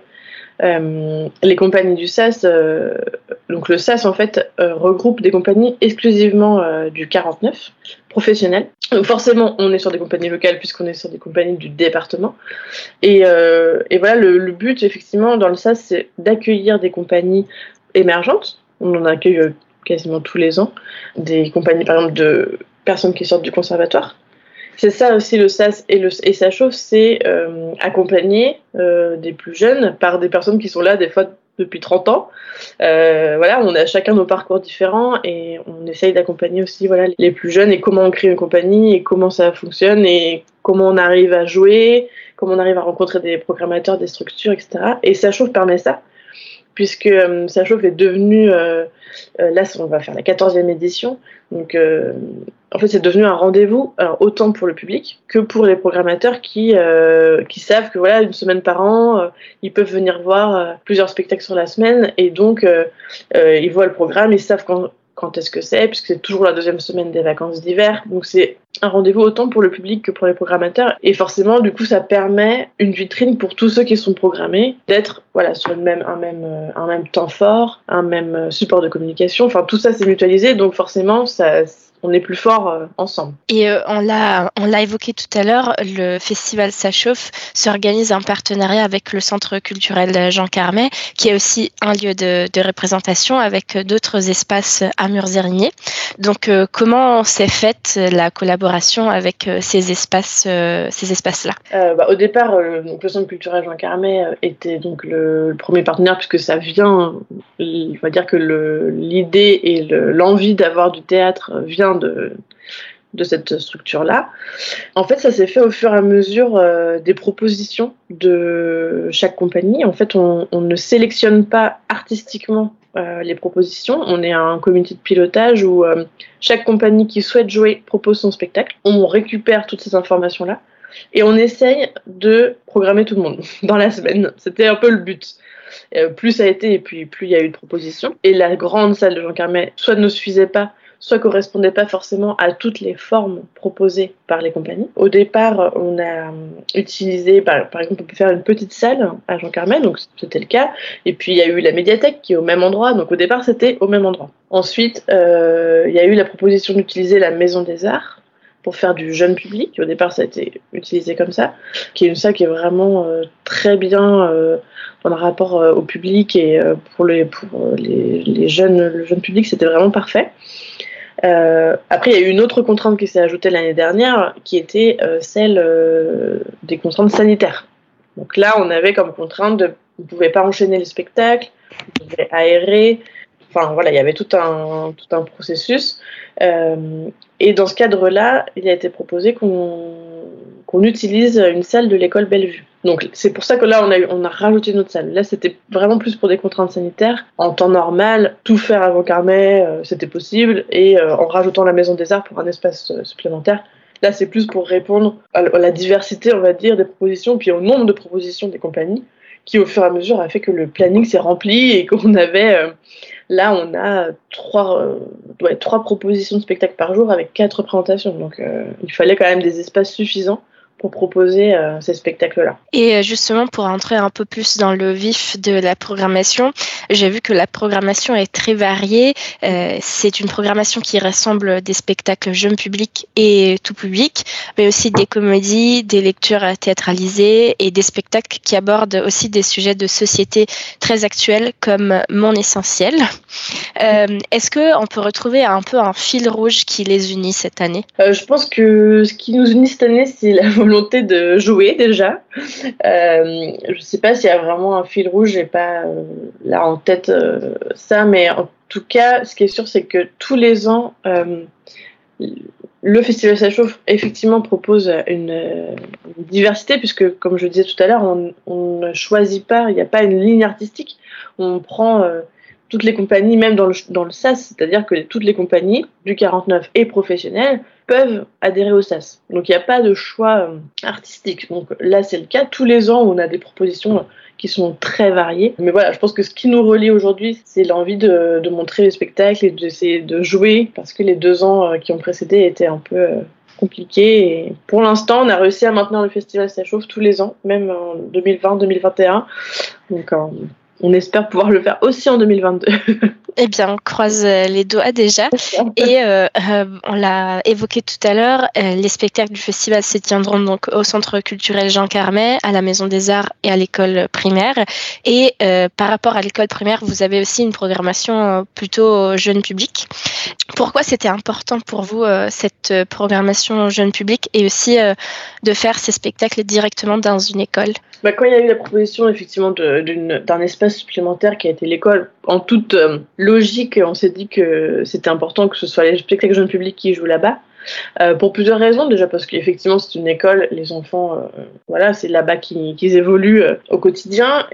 Euh, les compagnies du S A S, euh, donc le S A S en fait euh, regroupe des compagnies exclusivement euh, du quarante-neuf, professionnelles. Donc forcément, on est sur des compagnies locales puisqu'on est sur des compagnies du département. Et, euh, et voilà, le, le but effectivement dans le S A S, c'est d'accueillir des compagnies émergentes. On en accueille euh, quasiment tous les ans. Des compagnies par exemple de personnes qui sortent du conservatoire. C'est ça aussi le S A S et, le, et Ça chauffe, c'est euh, accompagner euh, des plus jeunes par des personnes qui sont là des fois depuis trente ans. Euh, voilà, on a chacun nos parcours différents et on essaye d'accompagner aussi voilà, les plus jeunes et comment on crée une compagnie et comment ça fonctionne et comment on arrive à jouer, comment on arrive à rencontrer des programmateurs, des structures, et cetera. Et Ça chauffe permet ça. puisque euh, Ça chauffe est devenu, euh, euh, là on va faire la quatorzième édition, donc euh, en fait c'est devenu un rendez-vous, alors autant pour le public que pour les programmateurs qui, euh, qui savent que voilà, une semaine par an, euh, ils peuvent venir voir euh, plusieurs spectacles sur la semaine, et donc euh, euh, ils voient le programme, ils savent quand, quand est-ce que c'est, puisque c'est toujours la deuxième semaine des vacances d'hiver, donc c'est un rendez-vous autant pour le public que pour les programmateurs, et forcément du coup ça permet une vitrine pour tous ceux qui sont programmés d'être voilà sur une même un même euh, un même temps fort, un même euh, support de communication, enfin tout ça c'est mutualisé, donc forcément ça on est plus fort euh, ensemble. Et euh, on l'a on l'a évoqué tout à l'heure, le festival Ça chauffe s'organise en partenariat avec le Centre culturel Jean Carmet, qui est aussi un lieu de, de représentation avec d'autres espaces à Murs-Érigné. Donc euh, comment s'est faite la collaboration avec euh, ces espaces euh, ces espaces-là? euh, bah, Au départ, euh, donc, le Centre culturel Jean Carmet euh, était donc le, le premier partenaire, puisque ça vient, on va dire que le, l'idée et le, l'envie d'avoir du théâtre vient de, de cette structure-là. En fait, ça s'est fait au fur et à mesure euh, des propositions de chaque compagnie. En fait, on, on ne sélectionne pas artistiquement euh, les propositions. On est un comité de pilotage où euh, chaque compagnie qui souhaite jouer propose son spectacle. On récupère toutes ces informations-là et on essaye de programmer tout le monde dans la semaine. C'était un peu le but. Euh, plus ça a été, et puis plus il y a eu de propositions. Et la grande salle de Jean Carmet soit ne suffisait pas, soit correspondait pas forcément à toutes les formes proposées par les compagnies. Au départ, on a utilisé, par, par exemple, on peut faire une petite salle à Jean Carmet, donc c'était le cas. Et puis il y a eu la médiathèque qui est au même endroit, donc au départ c'était au même endroit. Ensuite, euh, il y a eu la proposition d'utiliser la Maison des Arts pour faire du jeune public. Au départ, ça a été utilisé comme ça, qui est une salle qui est vraiment euh, très bien euh, dans le rapport euh, au public, et euh, pour, les, pour les, les jeunes, le jeune public, c'était vraiment parfait. Euh, après, il y a eu une autre contrainte qui s'est ajoutée l'année dernière, qui était euh, celle euh, des contraintes sanitaires. Donc là, on avait comme contrainte de, on ne pouvait pas enchaîner les spectacles, on devait aérer. Enfin voilà, il y avait tout un tout un processus. Euh, et dans ce cadre-là, il a été proposé qu'on qu'on utilise une salle de l'école Bellevue. Donc c'est pour ça que là on a eu, on a rajouté notre salle. Là c'était vraiment plus pour des contraintes sanitaires. En temps normal, tout faire à Jean Carmet, euh, c'était possible, et euh, en rajoutant la Maison des Arts pour un espace euh, supplémentaire. Là c'est plus pour répondre à la diversité, on va dire, des propositions, puis au nombre de propositions des compagnies, qui au fur et à mesure a fait que le planning s'est rempli et qu'on avait euh, là on a trois euh, ouais, trois propositions de spectacles par jour avec quatre représentations. Donc euh, il fallait quand même des espaces suffisants pour proposer euh, ces spectacles-là. Et justement, pour entrer un peu plus dans le vif de la programmation, j'ai vu que la programmation est très variée. Euh, c'est une programmation qui rassemble des spectacles jeune public et tout public, mais aussi des comédies, des lectures théâtralisées et des spectacles qui abordent aussi des sujets de société très actuels comme Mon Essentiel. Euh, est-ce qu'on peut retrouver un peu un fil rouge qui les unit cette année ? euh, Je pense que ce qui nous unit cette année, c'est la volonté de jouer déjà. Euh, je ne sais pas s'il y a vraiment un fil rouge, j'ai pas euh, là en tête euh, ça, mais en tout cas, ce qui est sûr, c'est que tous les ans, euh, le Festival Ça chauffe effectivement propose une, une diversité, puisque comme je disais tout à l'heure, on, on ne choisit pas, il n'y a pas une ligne artistique, on prend euh, toutes les compagnies, même dans le, dans le S A S, c'est-à-dire que toutes les compagnies du quarante-neuf et professionnelles peuvent adhérer au S A S. Donc il n'y a pas de choix euh, artistique. Donc là c'est le cas. Tous les ans on a des propositions euh, qui sont très variées. Mais voilà, je pense que ce qui nous relie aujourd'hui, c'est l'envie de, de montrer les spectacles et d'essayer de jouer, parce que les deux ans euh, qui ont précédé étaient un peu euh, compliqués. Et pour l'instant on a réussi à maintenir le festival Ça chauffe tous les ans, même en deux mille vingt deux mille vingt et un. Donc euh, on espère pouvoir le faire aussi en deux mille vingt-deux. Eh bien, on croise les doigts déjà. Et euh, euh, on l'a évoqué tout à l'heure, euh, les spectacles du festival se tiendront donc au Centre culturel Jean Carmet, à la Maison des Arts et à l'école primaire. Et euh, par rapport à l'école primaire, vous avez aussi une programmation plutôt jeune public. Pourquoi c'était important pour vous euh, cette programmation jeune public, et aussi euh, de faire ces spectacles directement dans une école ? Bah, quand il y a eu la proposition effectivement de, d'une, d'un espace supplémentaire qui a été l'école, en toute euh, logique, on s'est dit que c'était important que ce soit les spectacles jeunes publics qui jouent là-bas. Euh, pour plusieurs raisons, déjà parce qu'effectivement c'est une école, les enfants, euh, voilà, c'est là-bas qu'ils, qu'ils évoluent euh, au quotidien, et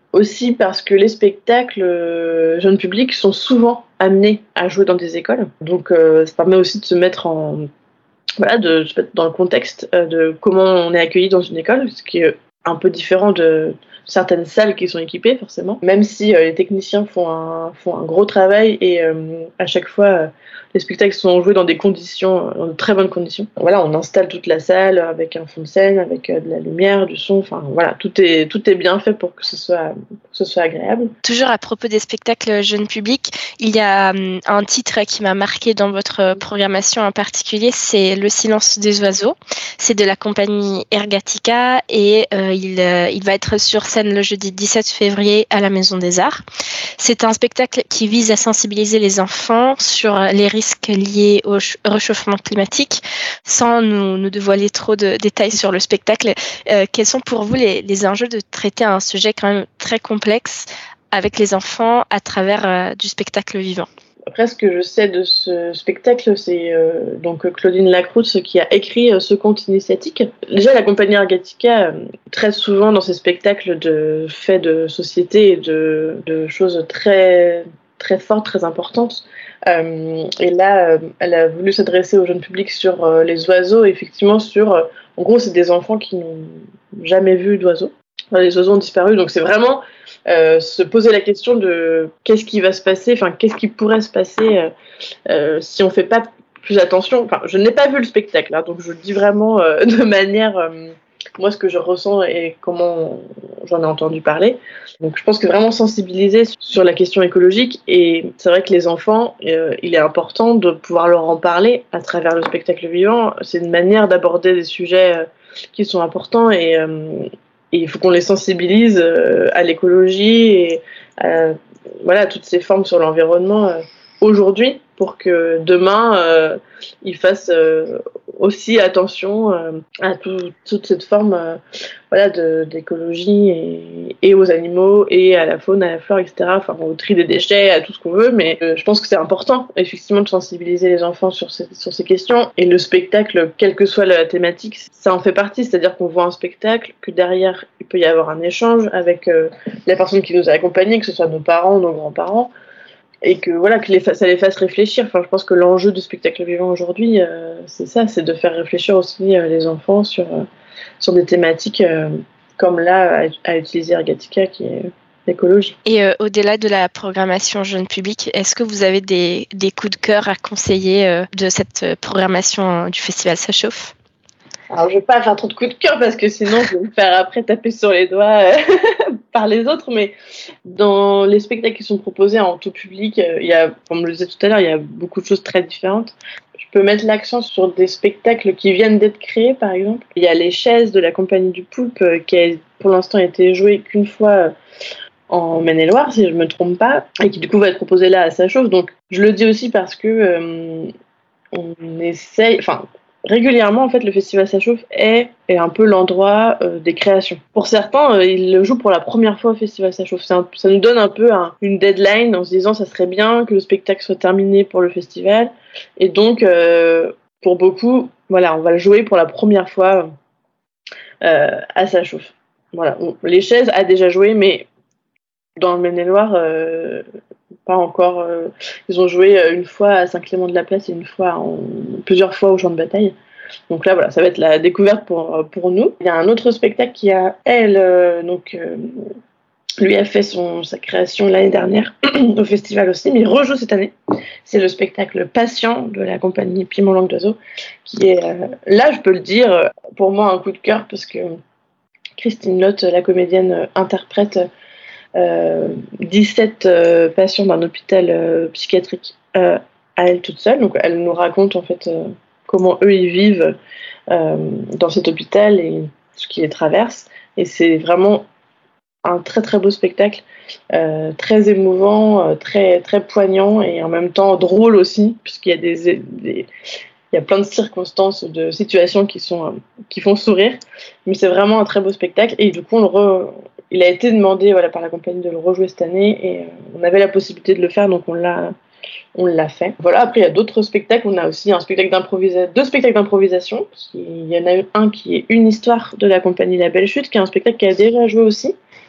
aussi parce que les spectacles euh, jeunes publics sont souvent amenés à jouer dans des écoles. Donc euh, ça permet aussi de se mettre en voilà, de se mettre dans le contexte euh, de comment on est accueilli dans une école, ce qui est un peu différent de certaines salles qui sont équipées forcément, même si euh, les techniciens font un, font un gros travail et euh, à chaque fois euh, les spectacles sont joués dans des conditions, dans de très bonnes conditions. Voilà, on installe toute la salle avec un fond de scène, avec euh, de la lumière, du son, enfin voilà, tout est, tout est bien fait pour que ce soit, pour que ce soit agréable. Toujours à propos des spectacles jeunes publics, il y a um, un titre qui m'a marqué dans votre programmation en particulier, c'est Le silence des oiseaux. C'est de la compagnie Ergatica et euh, il, euh, il va être sur scène le jeudi dix-sept février à la Maison des Arts. C'est un spectacle qui vise à sensibiliser les enfants sur les risques liés au réchauffement climatique. Sans nous, nous dévoiler trop de détails sur le spectacle, euh, quels sont pour vous les, les enjeux de traiter un sujet quand même très complexe avec les enfants à travers euh, du spectacle vivant? Après, ce que je sais de ce spectacle, c'est euh, donc Claudine Lacroute qui a écrit euh, ce conte initiatique. Déjà, la compagnie Ergatica euh, traite souvent dans ses spectacles de faits de société et de, de choses très, très fortes, très importantes. Euh, et là, euh, elle a voulu s'adresser au jeune public sur euh, les oiseaux, effectivement sur... Euh, en gros, c'est des enfants qui n'ont jamais vu d'oiseaux. Enfin, les oiseaux ont disparu, donc c'est vraiment... Euh, se poser la question de qu'est-ce qui va se passer, enfin qu'est-ce qui pourrait se passer euh, euh, si on fait pas plus attention. Enfin, je n'ai pas vu le spectacle, hein, donc je le dis vraiment euh, de manière, euh, moi ce que je ressens et comment j'en ai entendu parler. Donc je pense que vraiment sensibiliser sur la question écologique, et c'est vrai que les enfants, euh, il est important de pouvoir leur en parler à travers le spectacle vivant. C'est une manière d'aborder des sujets euh, qui sont importants et euh, Et il faut qu'on les sensibilise euh, à l'écologie et à, voilà, toutes ces formes sur l'environnement euh, aujourd'hui pour que demain, euh, ils fassent euh, aussi attention euh, à tout, toute cette forme euh, voilà, de, d'écologie et, et aux animaux et à la faune, à la flore, et cetera. Enfin, au tri des déchets, à tout ce qu'on veut, mais euh, je pense que c'est important, effectivement, de sensibiliser les enfants sur ces, sur ces questions. Et le spectacle, quelle que soit la thématique, ça en fait partie, c'est-à-dire qu'on voit un spectacle, que derrière, il peut y avoir un échange avec euh, la personne qui nous a accompagnés, que ce soit nos parents, nos grands-parents, et que voilà, que les fa- ça les fasse réfléchir. Enfin, je pense que l'enjeu du spectacle vivant aujourd'hui, euh, c'est ça, c'est de faire réfléchir aussi euh, les enfants sur, euh, sur des thématiques euh, comme là, à, à utiliser Ergatica, qui est l'écologie. Et euh, au-delà de la programmation jeune public, est-ce que vous avez des, des coups de cœur à conseiller euh, de cette programmation du Festival Ça Chauffe ? Alors, je ne vais pas faire trop de coups de cœur parce que sinon, je vais me faire après taper sur les doigts euh, par les autres. Mais dans les spectacles qui sont proposés en tout public, euh, il y a, comme je le disais tout à l'heure, il y a beaucoup de choses très différentes. Je peux mettre l'accent sur des spectacles qui viennent d'être créés, par exemple. Il y a Les Chaises de la Compagnie du Poulpe euh, qui a pour l'instant été joué qu'une fois euh, en Maine-et-Loire, si je ne me trompe pas, et qui du coup va être proposé là à Ça Chauffe. Donc, je le dis aussi parce que euh, on essaye... Enfin, régulièrement, en fait, le Festival Ça Chauffe est, est un peu l'endroit euh, des créations. Pour certains, euh, ils le jouent pour la première fois au Festival Ça Chauffe. Un, ça nous donne un peu un, une deadline en se disant ça serait bien que le spectacle soit terminé pour le festival. Et donc, euh, pour beaucoup, voilà, on va le jouer pour la première fois euh, à Ça Chauffe. Voilà. On, Les Chaises a déjà joué, mais dans le Maine-et-Loire, euh, pas encore. Euh, ils ont joué une fois à Saint-Clément-de-la-Place et une fois, en, plusieurs fois au Champ de Bataille. Donc là, voilà, ça va être la découverte pour, pour nous. Il y a un autre spectacle qui a, elle, euh, donc, euh, lui a fait son, sa création l'année dernière au festival aussi, mais il rejoue cette année. C'est le spectacle Patient de la compagnie Piment Langue d'Oiseau, qui est, euh, là, je peux le dire, pour moi, un coup de cœur, parce que Christine Lotte, la comédienne, interprète Euh, dix-sept euh, patients d'un hôpital euh, psychiatrique euh, à elle toute seule. Donc elle nous raconte en fait euh, comment eux ils vivent euh, dans cet hôpital et ce qui les traverse. Et c'est vraiment un très très beau spectacle, euh, très émouvant, euh, très très poignant et en même temps drôle aussi, puisqu'il y a des, des il y a plein de circonstances, de situations qui sont euh, qui font sourire. Mais c'est vraiment un très beau spectacle et du coup on le re il a été demandé voilà, par la compagnie de le rejouer cette année et euh, on avait la possibilité de le faire, donc on l'a, on l'a fait. Voilà, après il y a d'autres spectacles, on a aussi un spectacle d'improvisation, deux spectacles d'improvisation. Il y en a un qui est Une histoire de la compagnie La Belle Chute, qui est un spectacle qui a déjà joué aussi,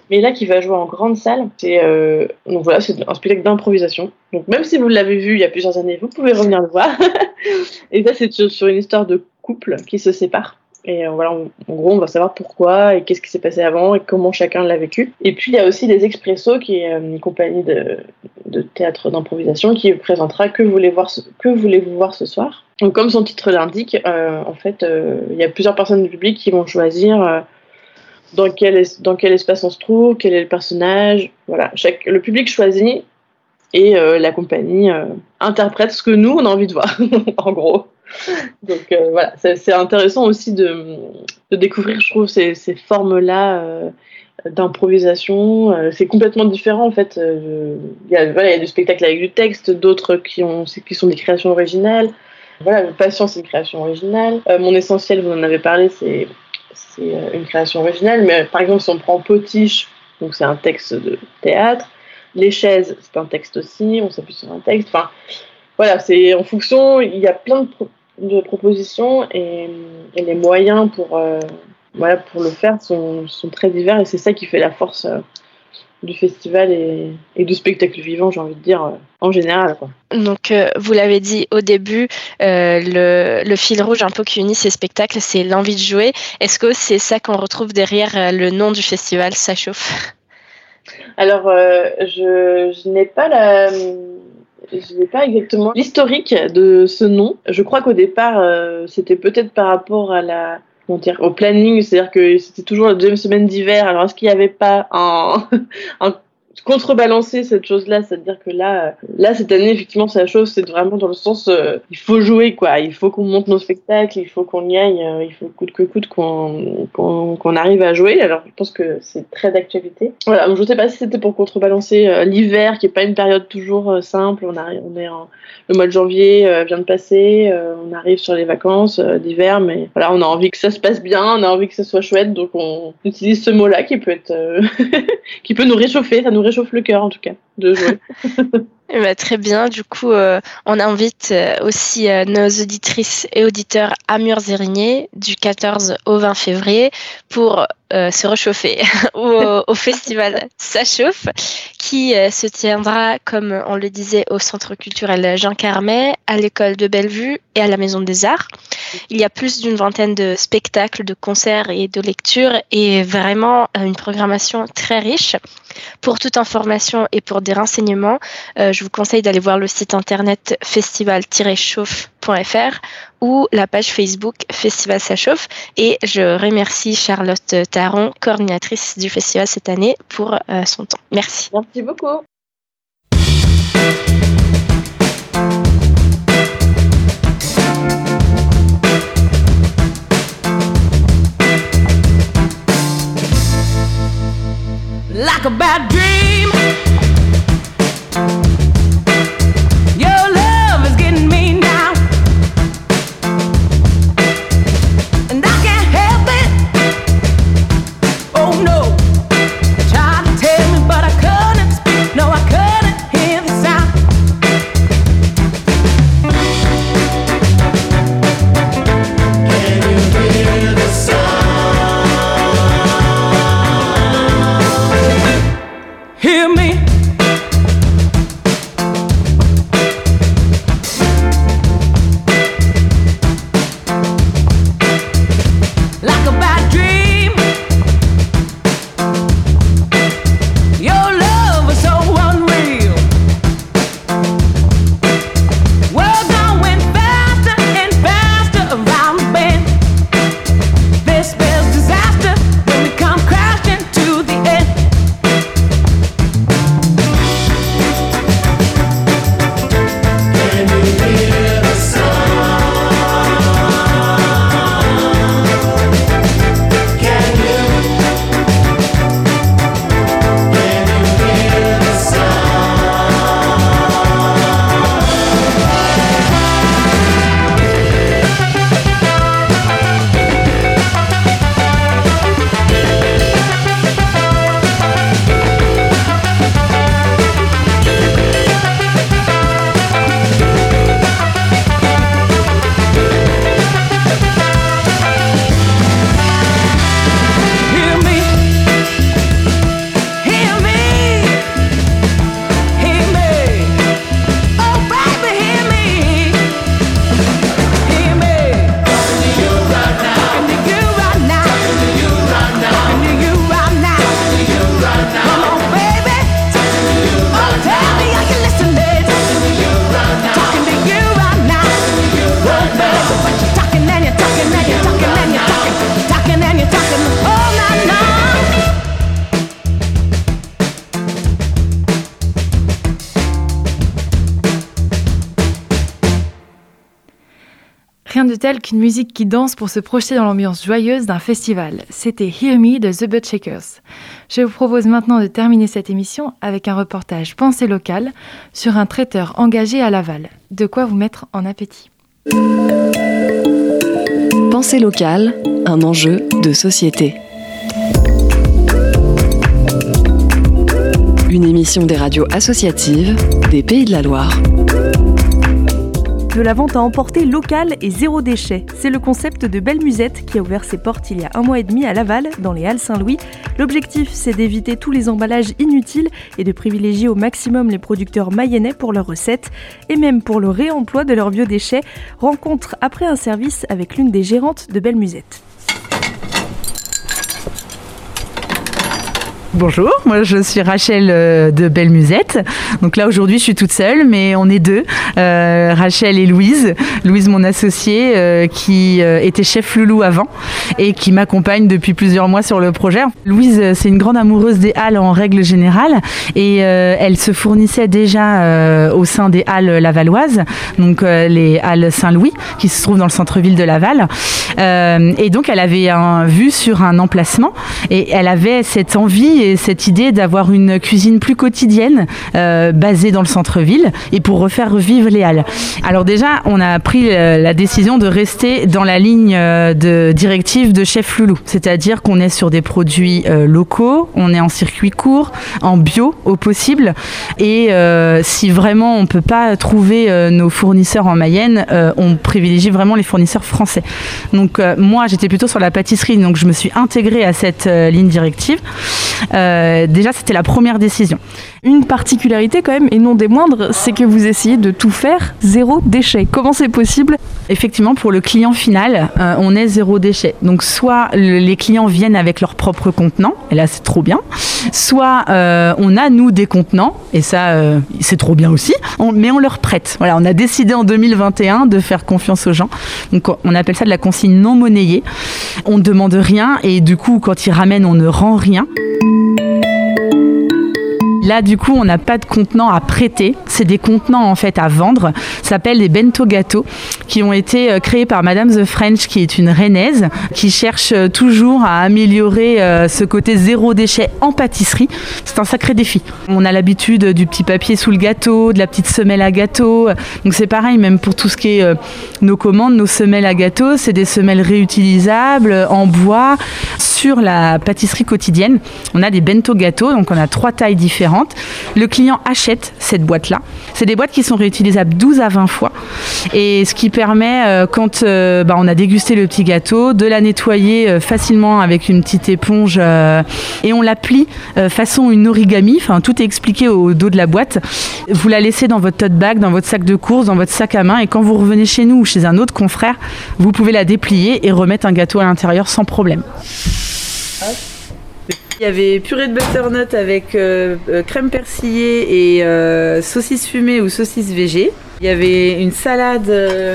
mais là qui va jouer en grande salle. C'est, euh, donc voilà, c'est un spectacle d'improvisation. Donc même si vous l'avez vu il y a plusieurs années, vous pouvez revenir le voir. Et ça, c'est sur une histoire de couple qui se sépare. Et euh, voilà, on, en gros, on va savoir pourquoi et qu'est-ce qui s'est passé avant et comment chacun l'a vécu. Et puis, il y a aussi les Expressos, qui est euh, une compagnie de, de théâtre d'improvisation qui présentera Que voulez-vous voir ce, que voulez-vous voir ce soir. Donc, comme son titre l'indique, euh, en fait, euh, il y a plusieurs personnes du public qui vont choisir euh, dans, quel es, dans quel espace on se trouve, quel est le personnage. Voilà, chaque, le public choisit et euh, la compagnie euh, interprète ce que nous, on a envie de voir, en gros. Donc euh, voilà, c'est, c'est intéressant aussi de, de découvrir, je trouve, ces, ces formes-là euh, d'improvisation. Euh, c'est complètement différent, en fait. Euh, il y a, voilà, il y a du spectacle avec du texte, d'autres qui, ont, qui sont des créations originales. Voilà, Passion, c'est une création originale. Euh, Mon Essentiel, vous en avez parlé, c'est, c'est une création originale. Mais par exemple, si on prend Potiche, donc c'est un texte de théâtre. Les Chaises, c'est un texte aussi, on s'appuie sur un texte. Enfin, voilà, c'est en fonction, il y a plein de, pro- de propositions et, et les moyens pour, euh, voilà, pour le faire sont, sont très divers et c'est ça qui fait la force euh, du festival et, et du spectacle vivant, j'ai envie de dire, euh, en général, quoi. Donc, euh, vous l'avez dit au début, euh, le, le fil rouge un peu qui unit ces spectacles, c'est l'envie de jouer. Est-ce que c'est ça qu'on retrouve derrière euh, le nom du festival, Ça chauffe ? Alors, euh, je, je n'ai pas la... Je n'ai pas exactement l'historique de ce nom. Je crois qu'au départ, euh, c'était peut-être par rapport à la, comment dire, au planning, c'est-à-dire que c'était toujours la deuxième semaine d'hiver. Alors, est-ce qu'il n'y avait pas un, un contrebalancer cette chose-là, c'est-à-dire que là, là cette année, effectivement, ça chauffe, c'est vraiment dans le sens, euh, il faut jouer, quoi. Il faut qu'on monte nos spectacles, il faut qu'on y aille, euh, il faut coûte que coûte qu'on, qu'on, qu'on arrive à jouer. Alors, je pense que c'est très d'actualité. Voilà, donc je ne sais pas si c'était pour contrebalancer euh, l'hiver, qui n'est pas une période toujours euh, simple. On, arrive, on est en, le mois de janvier euh, vient de passer, euh, on arrive sur les vacances euh, d'hiver, mais voilà, on a envie que ça se passe bien, on a envie que ça soit chouette, donc on utilise ce mot-là qui peut être, euh, qui peut nous réchauffer, ça nous réchauffe le cœur en tout cas de jouer. Eh ben, très bien, du coup euh, on invite euh, aussi euh, nos auditrices et auditeurs à Murs-Érigné du quatorze au vingt février pour euh, se réchauffer au, au festival Ça chauffe qui euh, se tiendra, comme on le disait, au centre culturel Jean Carmet, à l'école de Bellevue et à la Maison des Arts. Il y a plus d'une vingtaine de spectacles, de concerts et de lectures et vraiment euh, une programmation très riche. Pour toute information et pour des renseignements, euh, je vous conseille d'aller voir le site internet festival tiret chauffe point f r ou la page Facebook Festival Ça chauffe. Et je remercie Charlotte Taron, coordinatrice du festival cette année, pour euh, son temps. Merci. Merci beaucoup. Like a bad dream, your love is getting me now, and I can't help it. Oh no, tried to tell me, but I couldn't speak. No Rien de tel qu'une musique qui danse pour se projeter dans l'ambiance joyeuse d'un festival. C'était Hear Me de The Butt Shakers. Je vous propose maintenant de terminer cette émission avec un reportage Pensée locale sur un traiteur engagé à Laval. De quoi vous mettre en appétit. Pensée locale, un enjeu de société. Une émission des radios associatives des Pays de la Loire. De la vente à emporter locale et zéro déchet. C'est le concept de Belle Musette qui a ouvert ses portes il y a un mois et demi à Laval, dans les Halles Saint-Louis. L'objectif, c'est d'éviter tous les emballages inutiles et de privilégier au maximum les producteurs mayennais pour leurs recettes et même pour le réemploi de leurs biodéchets. Rencontre après un service avec l'une des gérantes de Belle Musette. Bonjour, moi je suis Rachel euh, de Belle Musette. Donc là aujourd'hui je suis toute seule, mais on est deux, euh, Rachel et Louise. Louise mon associée euh, qui euh, était chef loulou avant et qui m'accompagne depuis plusieurs mois sur le projet. Louise c'est une grande amoureuse des halles en règle générale et euh, elle se fournissait déjà euh, au sein des halles lavalloises, donc euh, les halles Saint-Louis qui se trouvent dans le centre-ville de Laval. Euh, et donc elle avait un, vu sur un emplacement et elle avait cette envie et cette idée d'avoir une cuisine plus quotidienne euh, basée dans le centre-ville et pour refaire revivre les halles. Alors déjà, on a pris euh, la décision de rester dans la ligne euh, de directive de Chef Loulou, c'est-à-dire qu'on est sur des produits euh, locaux, on est en circuit court, en bio au possible et euh, si vraiment on ne peut pas trouver euh, nos fournisseurs en Mayenne, euh, on privilégie vraiment les fournisseurs français. Donc euh, moi, j'étais plutôt sur la pâtisserie, donc je me suis intégrée à cette euh, ligne directive. Euh, déjà, c'était la première décision. Une particularité quand même, et non des moindres, c'est que vous essayez de tout faire zéro déchet. Comment c'est possible ? Effectivement, pour le client final, euh, on est zéro déchet. Donc soit le, les clients viennent avec leur propre contenant, et là c'est trop bien, soit euh, on a nous des contenants, et ça euh, c'est trop bien aussi, on, mais on leur prête. Voilà, on a décidé en deux mille vingt et un de faire confiance aux gens. Donc on appelle ça de la consigne non monnayée. On ne demande rien, et du coup quand ils ramènent, on ne rend rien. Là, du coup, on n'a pas de contenants à prêter. C'est des contenants, en fait, à vendre. Ça s'appelle des bento gâteaux qui ont été créés par Madame The French, qui est une rennaise, qui cherche toujours à améliorer euh, ce côté zéro déchet en pâtisserie. C'est un sacré défi. On a l'habitude du petit papier sous le gâteau, de la petite semelle à gâteau. Donc, c'est pareil, même pour tout ce qui est euh, nos commandes, nos semelles à gâteau, c'est des semelles réutilisables en bois. Sur la pâtisserie quotidienne, on a des bento gâteaux, donc on a trois tailles différentes. Le client achète cette boîte-là. C'est des boîtes qui sont réutilisables douze à vingt fois. Et ce qui permet, euh, quand euh, bah, on a dégusté le petit gâteau, de la nettoyer euh, facilement avec une petite éponge euh, et on la plie euh, façon une origami. Enfin, tout est expliqué au dos de la boîte. Vous la laissez dans votre tote bag, dans votre sac de course, dans votre sac à main et quand vous revenez chez nous ou chez un autre confrère, vous pouvez la déplier et remettre un gâteau à l'intérieur sans problème. Hop. Il y avait purée de butternut avec euh, euh, crème persillée et euh, saucisse fumée ou saucisse végé. Il y avait une salade euh,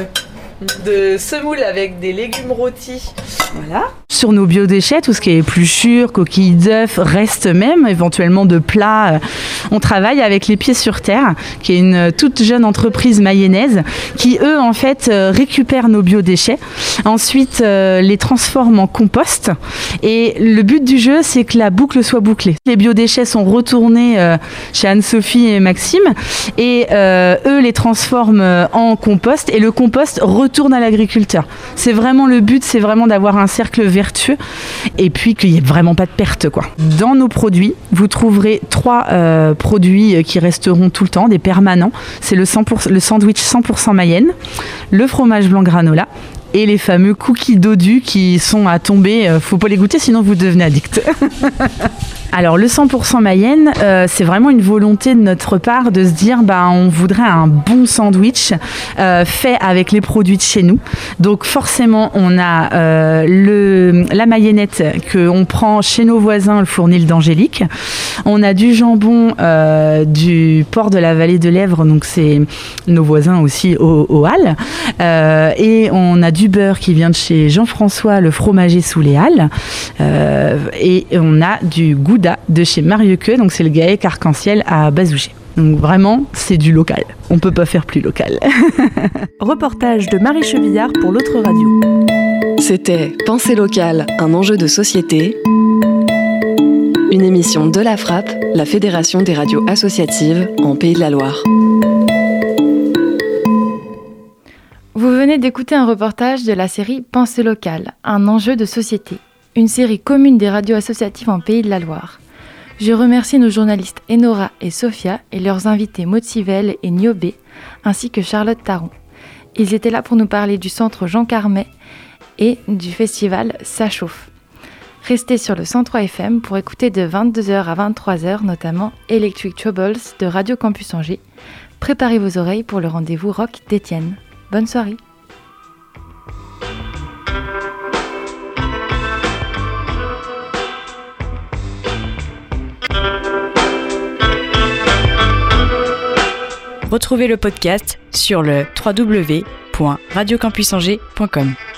de semoule avec des légumes rôtis. Voilà. Sur nos biodéchets, tout ce qui est épluchures, coquilles d'œufs, restes même, éventuellement de plats. On travaille avec Les Pieds sur Terre, qui est une toute jeune entreprise mayonnaise, qui eux, en fait, récupèrent nos biodéchets, ensuite euh, les transforment en compost. Et le but du jeu, c'est que la boucle soit bouclée. Les biodéchets sont retournés euh, chez Anne-Sophie et Maxime, et euh, eux les transforment en compost, et le compost retourne à l'agriculteur. C'est vraiment le but, c'est vraiment d'avoir un cercle vertueux et puis qu'il n'y ait vraiment pas de perte, quoi. Dans nos produits, vous trouverez trois euh, produits qui resteront tout le temps, des permanents. C'est le, cent pour cent, le sandwich cent pour cent Mayenne, le fromage blanc granola et les fameux cookies dodus qui sont à tomber. Euh, faut pas les goûter sinon vous devenez addict. Alors le cent pour cent Mayenne, euh, c'est vraiment une volonté de notre part de se dire bah, on voudrait un bon sandwich euh, fait avec les produits de chez nous. Donc forcément on a euh, le, la mayennette qu'on prend chez nos voisins, le fournil d'Angélique. On a du jambon euh, du port de la vallée de l'Èvre, donc c'est nos voisins aussi au, au Halles. Euh, et on a du beurre qui vient de chez Jean-François, le fromager sous les Halles. Euh, et on a du gouda de chez Marieuque, donc c'est le GAEC Arc-en-Ciel à Bazouger. Donc vraiment, c'est du local. On peut pas faire plus local. Reportage de Marie Chevillard pour l'autre radio. C'était Pensée locale, un enjeu de société. Une émission de la Frappe, la Fédération des radios associatives en Pays de la Loire. Vous venez d'écouter un reportage de la série Pensée locale, un enjeu de société, une série commune des radios associatives en Pays de la Loire. Je remercie nos journalistes Enora et Sophia et leurs invités Maud Civelle et Niobé, ainsi que Charlotte Taron. Ils étaient là pour nous parler du centre Jean Carmet et du festival Ça chauffe. Restez sur le cent trois F M pour écouter de vingt-deux heures à vingt-trois heures, notamment Electric Troubles de Radio Campus Angers. Préparez vos oreilles pour le rendez-vous rock d'Étienne. Bonne soirée. Retrouvez le podcast sur le w w w point radio campus angers point com.